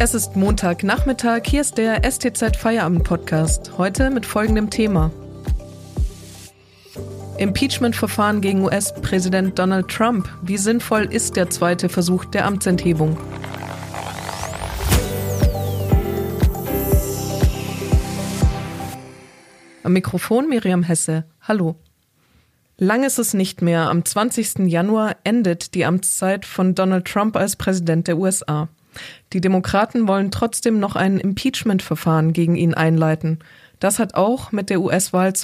Es ist Montagnachmittag, hier ist der STZ Feierabend-Podcast, heute mit folgendem Thema. Impeachment-Verfahren gegen US-Präsident Donald Trump. Wie sinnvoll ist der zweite Versuch der Amtsenthebung? Am Mikrofon Miriam Hesse. Hallo. Lang ist es nicht mehr. Am 20. Januar endet die Amtszeit von Donald Trump als Präsident der USA. Die Demokraten wollen trotzdem noch ein Impeachment-Verfahren gegen ihn einleiten. Das hat auch mit der US-Wahl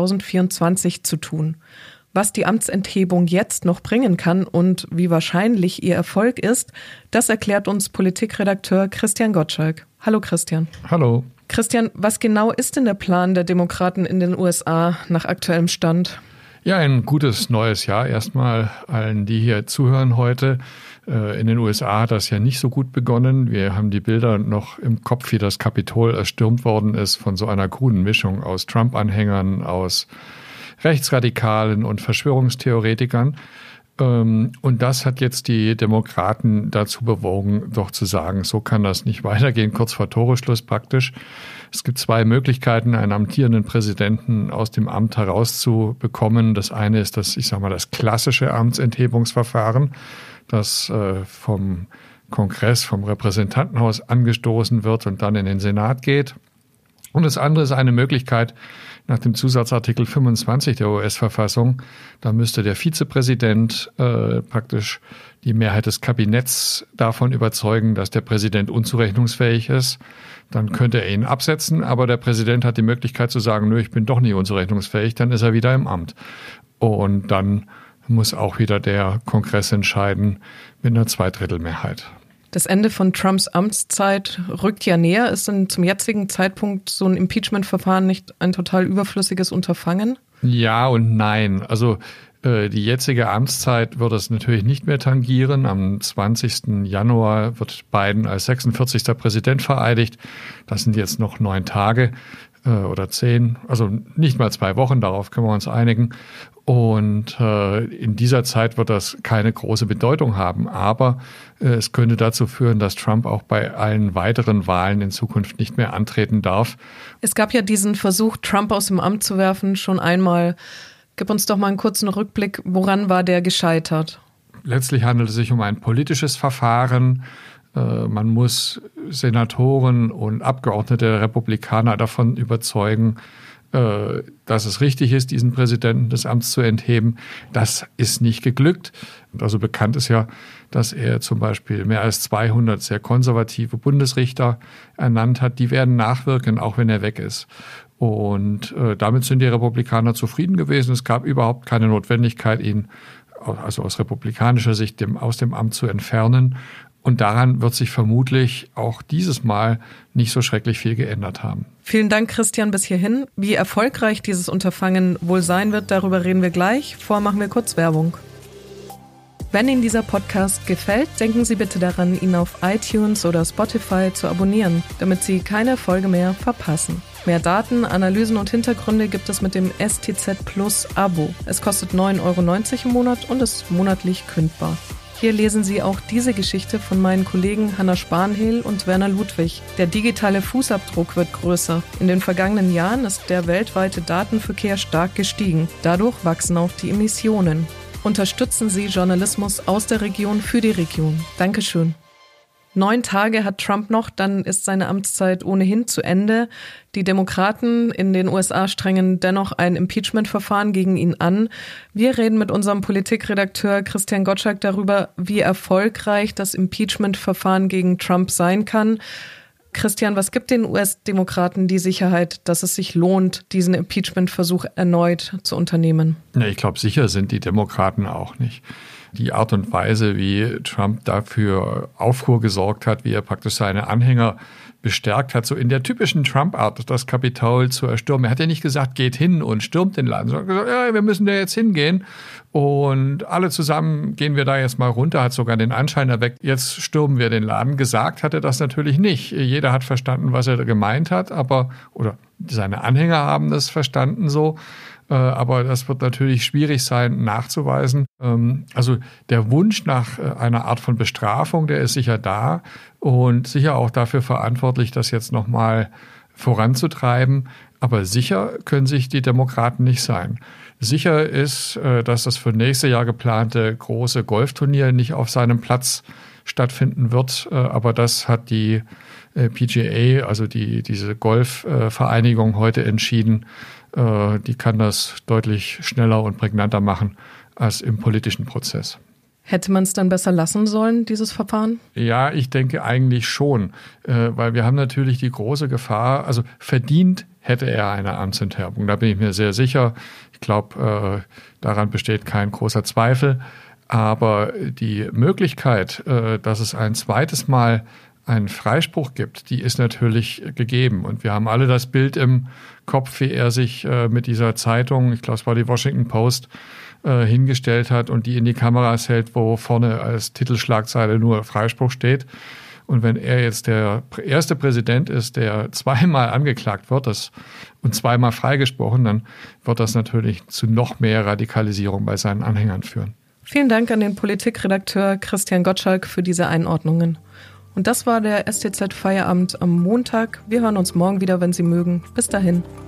2024 zu tun. Was die Amtsenthebung jetzt noch bringen kann und wie wahrscheinlich ihr Erfolg ist, das erklärt uns Politikredakteur Christian Gottschalk. Hallo Christian. Hallo. Christian, was genau ist denn der Plan der Demokraten in den USA nach aktuellem Stand? Ja, ein gutes neues Jahr erstmal allen, die hier zuhören heute. In den USA hat das ja nicht so gut begonnen. Wir haben die Bilder noch im Kopf, wie das Kapitol erstürmt worden ist von so einer kruden Mischung aus Trump-Anhängern, aus Rechtsradikalen und Verschwörungstheoretikern. Und das hat jetzt die Demokraten dazu bewogen, doch zu sagen, so kann das nicht weitergehen, kurz vor Toreschluss praktisch. Es gibt zwei Möglichkeiten, einen amtierenden Präsidenten aus dem Amt herauszubekommen. Das eine ist das klassische Amtsenthebungsverfahren, das vom Kongress, vom Repräsentantenhaus angestoßen wird und dann in den Senat geht. Und das andere ist eine Möglichkeit nach dem Zusatzartikel 25 der US-Verfassung. Da müsste der Vizepräsident praktisch die Mehrheit des Kabinetts davon überzeugen, dass der Präsident unzurechnungsfähig ist. Dann könnte er ihn absetzen, aber der Präsident hat die Möglichkeit zu sagen, nö, ich bin doch nicht unzurechnungsfähig, dann ist er wieder im Amt. Und dann muss auch wieder der Kongress entscheiden mit einer Zweidrittelmehrheit. Das Ende von Trumps Amtszeit rückt ja näher. Ist denn zum jetzigen Zeitpunkt so ein Impeachment-Verfahren nicht ein total überflüssiges Unterfangen? Ja und nein. Also die jetzige Amtszeit wird es natürlich nicht mehr tangieren. Am 20. Januar wird Biden als 46. Präsident vereidigt. Das sind jetzt noch 9 Tage oder 10, also nicht mal 2 Wochen, darauf können wir uns einigen. Und in dieser Zeit wird das keine große Bedeutung haben. Aber es könnte dazu führen, dass Trump auch bei allen weiteren Wahlen in Zukunft nicht mehr antreten darf. Es gab ja diesen Versuch, Trump aus dem Amt zu werfen, schon einmal. Gib uns doch mal einen kurzen Rückblick. Woran war der gescheitert? Letztlich handelt es sich um ein politisches Verfahren. Man muss Senatoren und Abgeordnete der Republikaner davon überzeugen, dass es richtig ist, diesen Präsidenten des Amts zu entheben. Das ist nicht geglückt. Also bekannt ist ja, dass er zum Beispiel mehr als 200 sehr konservative Bundesrichter ernannt hat. Die werden nachwirken, auch wenn er weg ist. Und damit sind die Republikaner zufrieden gewesen. Es gab überhaupt keine Notwendigkeit, ihn also aus republikanischer Sicht aus dem Amt zu entfernen. Und daran wird sich vermutlich auch dieses Mal nicht so schrecklich viel geändert haben. Vielen Dank, Christian, bis hierhin. Wie erfolgreich dieses Unterfangen wohl sein wird, darüber reden wir gleich. Vorher machen wir kurz Werbung. Wenn Ihnen dieser Podcast gefällt, denken Sie bitte daran, ihn auf iTunes oder Spotify zu abonnieren, damit Sie keine Folge mehr verpassen. Mehr Daten, Analysen und Hintergründe gibt es mit dem STZ Plus Abo. Es kostet 9,90 € im Monat und ist monatlich kündbar. Hier lesen Sie auch diese Geschichte von meinen Kollegen Hannah Spanhehl und Werner Ludwig. Der digitale Fußabdruck wird größer. In den vergangenen Jahren ist der weltweite Datenverkehr stark gestiegen. Dadurch wachsen auch die Emissionen. Unterstützen Sie Journalismus aus der Region für die Region. Dankeschön. 9 Tage hat Trump noch, dann ist seine Amtszeit ohnehin zu Ende. Die Demokraten in den USA strengen dennoch ein Impeachment-Verfahren gegen ihn an. Wir reden mit unserem Politikredakteur Christian Gottschalk darüber, wie erfolgreich das Impeachment-Verfahren gegen Trump sein kann. Christian, was gibt den US-Demokraten die Sicherheit, dass es sich lohnt, diesen Impeachment-Versuch erneut zu unternehmen? Ja, ich glaube, sicher sind die Demokraten auch nicht. Die Art und Weise, wie Trump dafür Aufruhr gesorgt hat, wie er praktisch seine Anhänger bestärkt hat, so in der typischen Trump-Art, das Kapitol zu erstürmen. Er hat ja nicht gesagt, geht hin und stürmt den Laden, sondern gesagt, ja, wir müssen da jetzt hingehen und alle zusammen gehen wir da jetzt mal runter, hat sogar den Anschein erweckt, jetzt stürmen wir den Laden. Gesagt hat er das natürlich nicht. Jeder hat verstanden, was er gemeint hat, oder seine Anhänger haben das verstanden so. aber das wird natürlich schwierig sein nachzuweisen. Also der Wunsch nach einer Art von Bestrafung, der ist sicher da und sicher auch dafür verantwortlich, das jetzt nochmal voranzutreiben. Aber sicher können sich die Demokraten nicht sein. Sicher ist, dass das für nächstes Jahr geplante große Golfturnier nicht auf seinem Platz stattfinden wird. Aber das hat die PGA, also diese Golfvereinigung, heute entschieden. Die kann das deutlich schneller und prägnanter machen als im politischen Prozess. Hätte man es dann besser lassen sollen, dieses Verfahren? Ja, ich denke eigentlich schon, weil wir haben natürlich die große Gefahr, also verdient hätte er eine Amtsenthebung. Da bin ich mir sehr sicher. Ich glaube, daran besteht kein großer Zweifel. Aber die Möglichkeit, dass es ein zweites Mal einen Freispruch gibt, die ist natürlich gegeben. Und wir haben alle das Bild im Kopf, wie er sich mit dieser Zeitung, ich glaube, es war die Washington Post, hingestellt hat und die in die Kameras hält, wo vorne als Titelschlagzeile nur Freispruch steht. Und wenn er jetzt der erste Präsident ist, der zweimal angeklagt wird und zweimal freigesprochen, dann wird das natürlich zu noch mehr Radikalisierung bei seinen Anhängern führen. Vielen Dank an den Politikredakteur Christian Gottschalk für diese Einordnungen. Und das war der STZ Feierabend am Montag. Wir hören uns morgen wieder, wenn Sie mögen. Bis dahin.